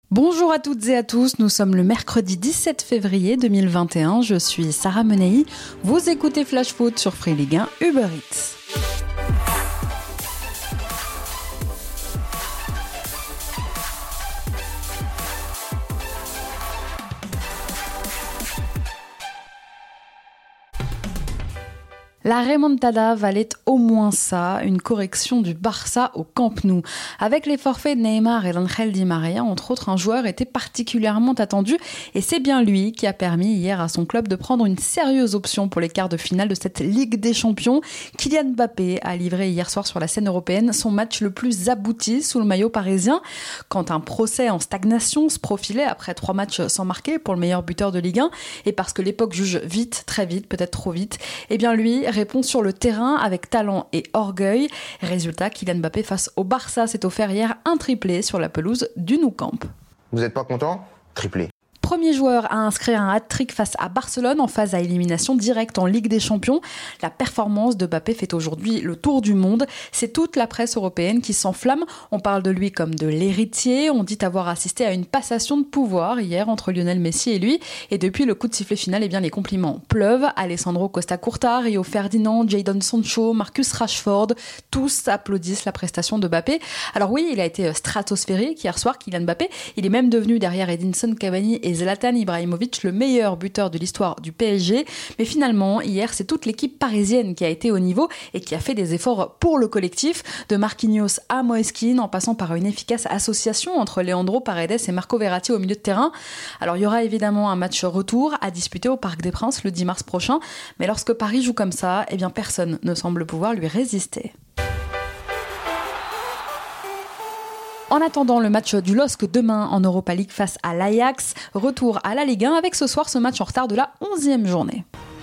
Bonjour à toutes et à tous, nous sommes le mercredi 17 février 2021, je suis Sarah Menei, vous écoutez Flash Foot sur Free Ligue 1 Uber Eats. La remontada valait au moins ça, une correction du Barça au Camp Nou. Avec les forfaits de Neymar et d'Angel Di Maria, entre autres, un joueur était particulièrement attendu et c'est bien lui qui a permis hier à son club de prendre une sérieuse option pour les quarts de finale de cette Ligue des Champions. Kylian Mbappé a livré hier soir sur la scène européenne son match le plus abouti sous le maillot parisien. Quand un procès en stagnation se profilait après 3 matchs sans marquer pour le meilleur buteur de Ligue 1 et parce que l'époque juge vite, très vite, peut-être trop vite, eh bien lui répond sur le terrain avec talent et orgueil. Résultat, Kylian Mbappé face au Barça s'est offert hier un triplé sur la pelouse du Nou Camp. Vous n'êtes pas content ? Triplé. Premier joueur à inscrire un hat-trick face à Barcelone en phase à élimination directe en Ligue des Champions. La performance de Mbappé fait aujourd'hui le tour du monde. C'est toute la presse européenne qui s'enflamme. On parle de lui comme de l'héritier. On dit avoir assisté à une passation de pouvoir hier entre Lionel Messi et lui. Et depuis le coup de sifflet final, eh bien, les compliments pleuvent. Alessandro Costa Curta, Rio Ferdinand, Jadon Sancho, Marcus Rashford, tous applaudissent la prestation de Mbappé. Alors oui, il a été stratosphérique hier soir, Kylian Mbappé. Il est même devenu derrière Edinson Cavani et Zlatan Ibrahimovic le meilleur buteur de l'histoire du PSG. Mais finalement, hier, c'est toute l'équipe parisienne qui a été au niveau et qui a fait des efforts pour le collectif. De Marquinhos à Moise Kean, en passant par une efficace association entre Leandro Paredes et Marco Verratti au milieu de terrain. Alors, il y aura évidemment un match retour à disputer au Parc des Princes le 10 mars prochain. Mais lorsque Paris joue comme ça, eh bien, personne ne semble pouvoir lui résister. En attendant le match du LOSC demain en Europa League face à l'Ajax, retour à la Ligue 1 avec ce soir ce match en retard de la 11e journée.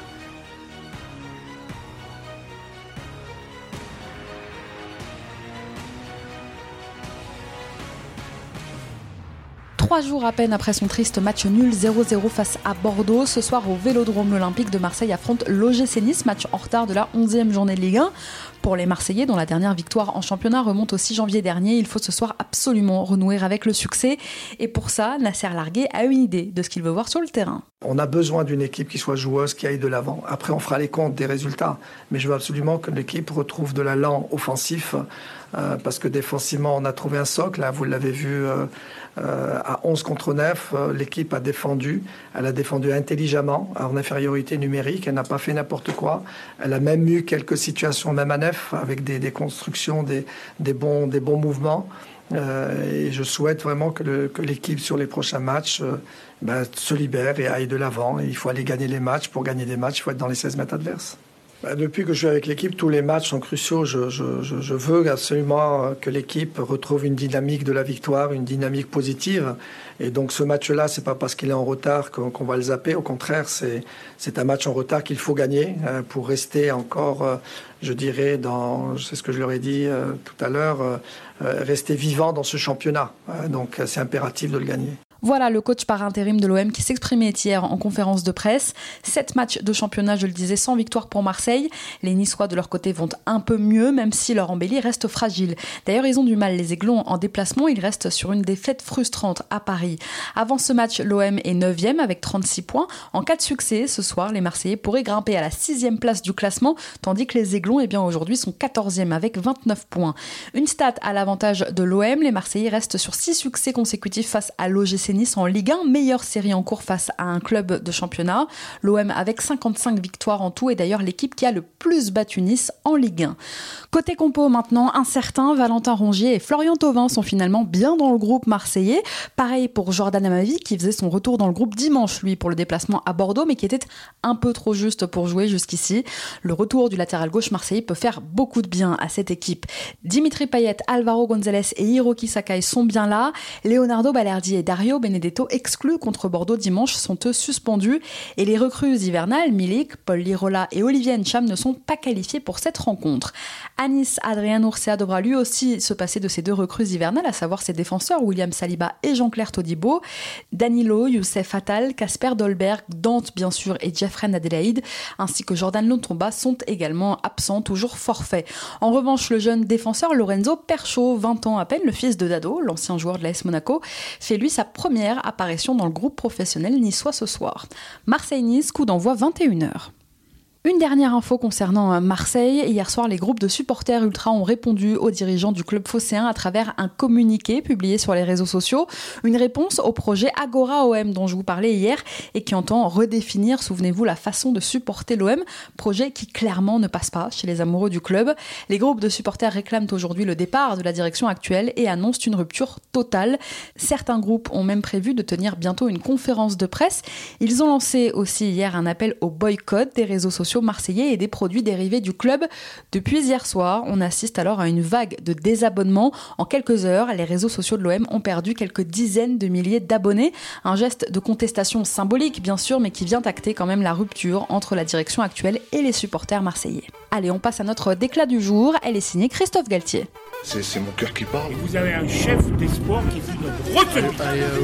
Trois jours à peine après son triste match nul 0-0 face à Bordeaux, ce soir au Vélodrome, l'Olympique de Marseille affronte l'OGC Nice, match en retard de la 11e journée de Ligue 1. Pour les Marseillais, dont la dernière victoire en championnat remonte au 6 janvier dernier, il faut ce soir absolument renouer avec le succès. Et pour ça, Nasser Largué a une idée de ce qu'il veut voir sur le terrain. On a besoin d'une équipe qui soit joueuse, qui aille de l'avant. Après, on fera les comptes des résultats. Mais je veux absolument que l'équipe retrouve de l'allant offensif. Parce que défensivement, on a trouvé un socle. Là, vous l'avez vu à 11 contre 9. L'équipe a défendu. Elle a défendu intelligemment, en infériorité numérique. Elle n'a pas fait n'importe quoi. Elle a même eu quelques situations, même à 9, avec des constructions, des bons mouvements. Et je souhaite vraiment que l'équipe sur les prochains matchs se libère et aille de l'avant. Et il faut aller gagner les matchs. Pour gagner des matchs, il faut être dans les 16 mètres adverses. Depuis que je suis avec l'équipe, tous les matchs sont cruciaux. Je veux absolument que l'équipe retrouve une dynamique de la victoire, une dynamique positive. Et donc ce match-là, c'est pas parce qu'il est en retard qu'on va le zapper. Au contraire, c'est un match en retard qu'il faut gagner pour rester encore, je dirais, c'est ce que je leur ai dit tout à l'heure, rester vivant dans ce championnat. Donc c'est impératif de le gagner. Voilà le coach par intérim de l'OM qui s'exprimait hier en conférence de presse. 7 matchs de championnat, je le disais, sans victoire pour Marseille. Les Niçois de leur côté vont un peu mieux, même si leur embellie reste fragile. D'ailleurs, ils ont du mal, les Aiglons, en déplacement. Ils restent sur une défaite frustrante à Paris. Avant ce match, l'OM est 9e avec 36 points. En cas de succès, ce soir, les Marseillais pourraient grimper à la 6e place du classement, tandis que les Aiglons, aujourd'hui, sont 14e avec 29 points. Une stat à l'avantage de l'OM, les Marseillais restent sur 6 succès consécutifs face à l'OGC Nice en Ligue 1, meilleure série en cours face à un club de championnat. L'OM avec 55 victoires en tout est d'ailleurs l'équipe qui a le plus battu Nice en Ligue 1. Côté compo maintenant, incertain, Valentin Rongier et Florian Thauvin sont finalement bien dans le groupe marseillais. Pareil pour Jordan Amavi qui faisait son retour dans le groupe dimanche, lui, pour le déplacement à Bordeaux, mais qui était un peu trop juste pour jouer jusqu'ici. Le retour du latéral gauche marseillais peut faire beaucoup de bien à cette équipe. Dimitri Payet, Alvaro González et Hiroki Sakai sont bien là. Leonardo Balerdi et Dario Benedetto exclus contre Bordeaux dimanche sont eux suspendus et les recrues hivernales, Milik, Paul Lirola et Olivier Ncham ne sont pas qualifiés pour cette rencontre. À Nice, Adrien Urcea devra lui aussi se passer de ces deux recrues hivernales, à savoir ses défenseurs William Saliba et Jean-Claire Todibo. Danilo, Youssef Attal, Casper Dolberg, Dante bien sûr et Jeffrey Adelaide, ainsi que Jordan Lotomba sont également absents, toujours forfaits. En revanche, le jeune défenseur Lorenzo Percho, 20 ans à peine, le fils de Dado, l'ancien joueur de l'AS Monaco, fait lui sa première apparition dans le groupe professionnel niçois ce soir. Marseille-Nice, coup d'envoi 21h. Une dernière info concernant Marseille. Hier soir, les groupes de supporters ultra ont répondu aux dirigeants du club phocéen à travers un communiqué publié sur les réseaux sociaux. Une réponse au projet Agora OM dont je vous parlais hier et qui entend redéfinir, souvenez-vous, la façon de supporter l'OM. Projet qui clairement ne passe pas chez les amoureux du club. Les groupes de supporters réclament aujourd'hui le départ de la direction actuelle et annoncent une rupture totale. Certains groupes ont même prévu de tenir bientôt une conférence de presse. Ils ont lancé aussi hier un appel au boycott des réseaux sociaux marseillais et des produits dérivés du club. Depuis hier soir, on assiste alors à une vague de désabonnements. En quelques heures, les réseaux sociaux de l'OM ont perdu quelques dizaines de milliers d'abonnés. Un geste de contestation symbolique, bien sûr, mais qui vient acter quand même la rupture entre la direction actuelle et les supporters marseillais. Allez, on passe à notre déclat du jour. Elle est signée Christophe Galtier. C'est mon cœur qui parle. Et vous avez un chef d'espoir qui fait une grosse Pour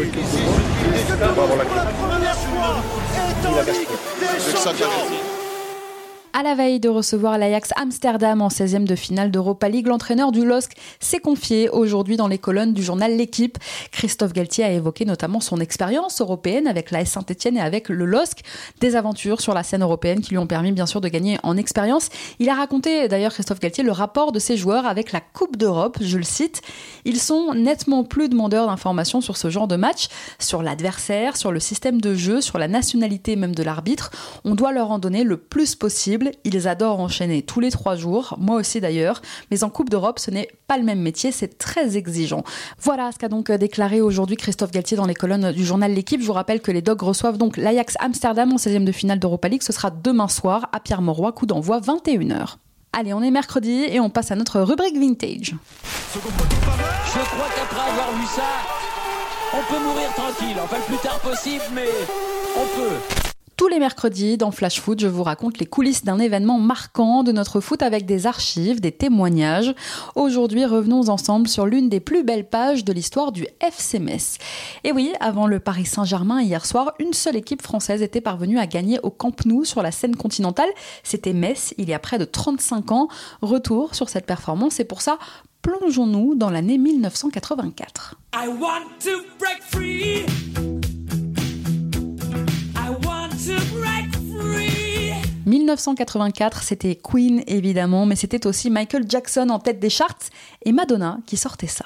la première fois, étant Ligue des Champions. À la veille de recevoir l'Ajax Amsterdam en 16e de finale d'Europa League, l'entraîneur du LOSC s'est confié aujourd'hui dans les colonnes du journal L'Équipe. Christophe Galtier a évoqué notamment son expérience européenne avec l'AS Saint-Etienne et avec le LOSC, des aventures sur la scène européenne qui lui ont permis bien sûr de gagner en expérience. Il a raconté d'ailleurs, Christophe Galtier, le rapport de ses joueurs avec la Coupe d'Europe, je le cite. Ils sont nettement plus demandeurs d'informations sur ce genre de match, sur l'adversaire, sur le système de jeu, sur la nationalité même de l'arbitre. On doit leur en donner le plus possible. Ils adorent enchaîner tous les 3 jours, moi aussi d'ailleurs, mais en Coupe d'Europe, ce n'est pas le même métier, c'est très exigeant. Voilà ce qu'a donc déclaré aujourd'hui Christophe Galtier dans les colonnes du journal L'Équipe. Je vous rappelle que les Dogs reçoivent donc l'Ajax Amsterdam en 16e de finale d'Europa League. Ce sera demain soir à Pierre-Mauroy, coup d'envoi 21h. Allez, on est mercredi et on passe à notre rubrique Vintage. Je crois qu'après avoir vu ça, on peut mourir tranquille. Enfin, le plus tard possible, mais on peut. Tous les mercredis, dans Flash Foot, je vous raconte les coulisses d'un événement marquant de notre foot avec des archives, des témoignages. Aujourd'hui, revenons ensemble sur l'une des plus belles pages de l'histoire du FC Metz. Et oui, avant le Paris Saint-Germain hier soir, une seule équipe française était parvenue à gagner au Camp Nou sur la scène continentale. C'était Metz, il y a près de 35 ans. Retour sur cette performance et pour ça, plongeons-nous dans l'année 1984. I want to break free. 1984, c'était Queen évidemment, mais c'était aussi Michael Jackson en tête des charts et Madonna qui sortait ça.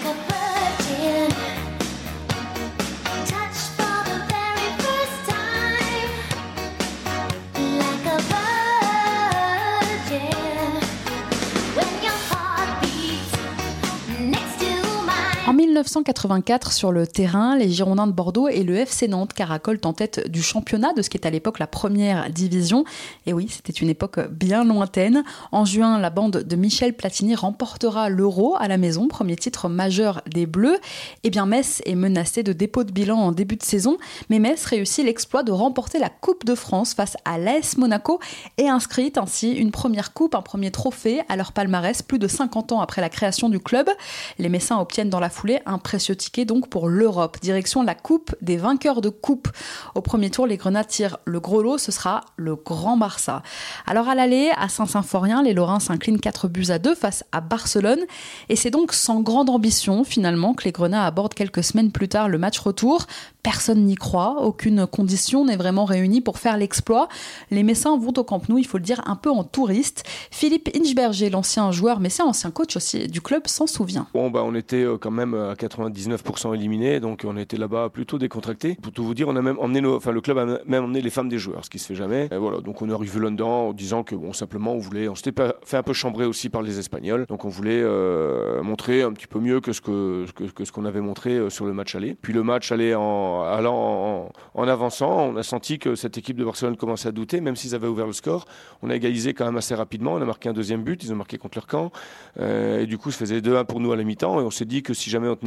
En 1984, sur le terrain, les Girondins de Bordeaux et le FC Nantes caracolent en tête du championnat de ce qui est à l'époque la première division. Et oui, c'était une époque bien lointaine. En juin, la bande de Michel Platini remportera l'Euro à la maison, premier titre majeur des Bleus. Eh bien, Metz est menacé de dépôt de bilan en début de saison, mais Metz réussit l'exploit de remporter la Coupe de France face à l'AS Monaco et inscrit ainsi une première coupe, un premier trophée à leur palmarès plus de 50 ans après la création du club. Les Messins obtiennent dans la foulée un précieux ticket donc pour l'Europe. Direction la coupe des vainqueurs de coupe. Au premier tour, les Grenats tirent le gros lot, ce sera le Grand Barça. Alors à l'aller, à Saint-Symphorien, les Lorrains s'inclinent 4-2 face à Barcelone. Et c'est donc sans grande ambition finalement que les Grenats abordent quelques semaines plus tard le match retour. Personne n'y croit, aucune condition n'est vraiment réunie pour faire l'exploit. Les Messins vont au Camp Nou, il faut le dire, un peu en touriste. Philippe Inchberger, l'ancien joueur messin, ancien coach aussi du club, s'en souvient. Bon, on était quand même à 99% éliminés, donc on était là-bas plutôt décontractés. Pour tout vous dire, on a même emmené le club a même emmené les femmes des joueurs, ce qui se fait jamais. Et voilà, donc on est arrivé là-dedans en disant que simplement on s'était fait un peu chambrer aussi par les Espagnols, donc on voulait montrer un petit peu mieux que ce qu'on avait montré sur le match aller. Puis le match allait en avançant, on a senti que cette équipe de Barcelone commençait à douter, même s'ils avaient ouvert le score. On a égalisé quand même assez rapidement, on a marqué un deuxième but, ils ont marqué contre leur camp, et du coup ça faisait 2-1 pour nous à la mi-temps, et on s'est dit que si jamais on tenait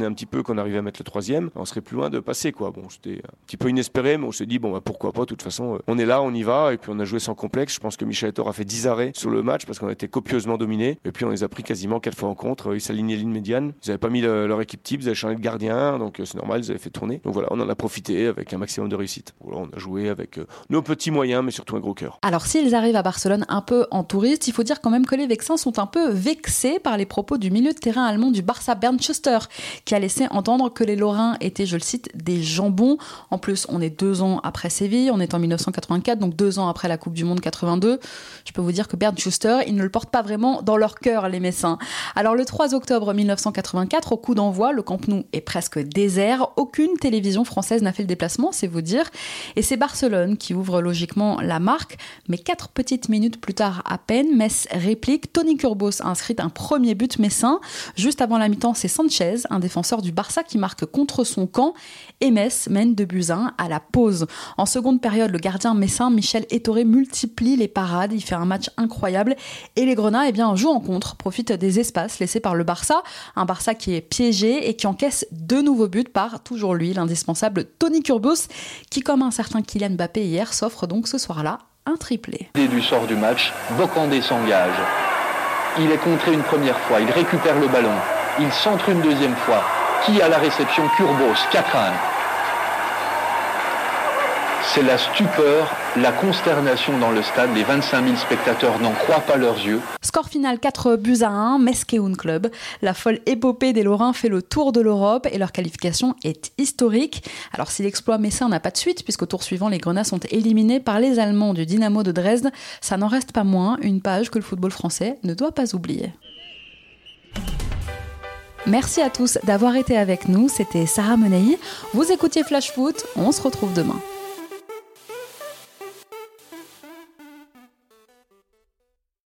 tenait un petit peu qu'on arrivait à mettre le 3e, on serait plus loin de passer, quoi. Bon, c'était un petit peu inespéré, mais on s'est dit, pourquoi pas, de toute façon, on est là, on y va, et puis on a joué sans complexe. Je pense que Michel Ettore a fait 10 arrêts sur le match parce qu'on a été copieusement dominés, et puis on les a pris quasiment 4 fois en contre. Ils s'alignaient ligne médiane, ils n'avaient pas mis leur équipe type, ils avaient changé de gardien, donc c'est normal, ils avaient fait tourner. Donc voilà, on en a profité avec un maximum de réussite. Voilà, on a joué avec nos petits moyens, mais surtout un gros cœur. Alors s'ils arrivent à Barcelone un peu en touriste, il faut dire quand même que les Vexins sont un peu vexés par les propos du milieu de terrain allemand du Barça, Bernd Schuster, qui a laissé entendre que les Lorrains étaient, je le cite, des jambons. En plus, on est 2 ans après Séville, on est en 1984, donc 2 ans après la Coupe du Monde 82. Je peux vous dire que Bernd Schuster, ils ne le portent pas vraiment dans leur cœur, les Messins. Alors le 3 octobre 1984, au coup d'envoi, le Camp Nou est presque désert. Aucune télévision française n'a fait le déplacement, c'est vous dire. Et c'est Barcelone qui ouvre logiquement la marque. Mais 4 petites minutes plus tard à peine, Metz réplique. Tony Kurbos a inscrit un premier but messin. Juste avant la mi-temps, c'est Sanchez, un défenseur du Barça, qui marque contre son camp. Et Metz mène 2-1 à la pause. En seconde période, le gardien messin, Michel Ettore, multiplie les parades. Il fait un match incroyable. Et les Grenats jouent en contre, profitent des espaces laissés par le Barça. Un Barça qui est piégé et qui encaisse 2 nouveaux buts par, toujours lui, l'indispensable Tony Kurbos, qui, comme un certain Kylian Mbappé hier, s'offre donc ce soir-là un triplé. Dès du sort du match, Bocandé s'engage. Il est contré une première fois, il récupère le ballon, il centre une deuxième fois. Qui a la réception? Kurbos, 4-1. C'est la stupeur, la consternation dans le stade. Les 25 000 spectateurs n'en croient pas leurs yeux. Score final 4-1, Meskeun Club. La folle épopée des Lorrains fait le tour de l'Europe et leur qualification est historique. Alors si l'exploit messin n'a pas de suite, puisqu'au tour suivant, les Grenats sont éliminés par les Allemands du Dynamo de Dresde, ça n'en reste pas moins une page que le football français ne doit pas oublier. Merci à tous d'avoir été avec nous, c'était Sarah Menei. Vous écoutiez Flash Foot, on se retrouve demain.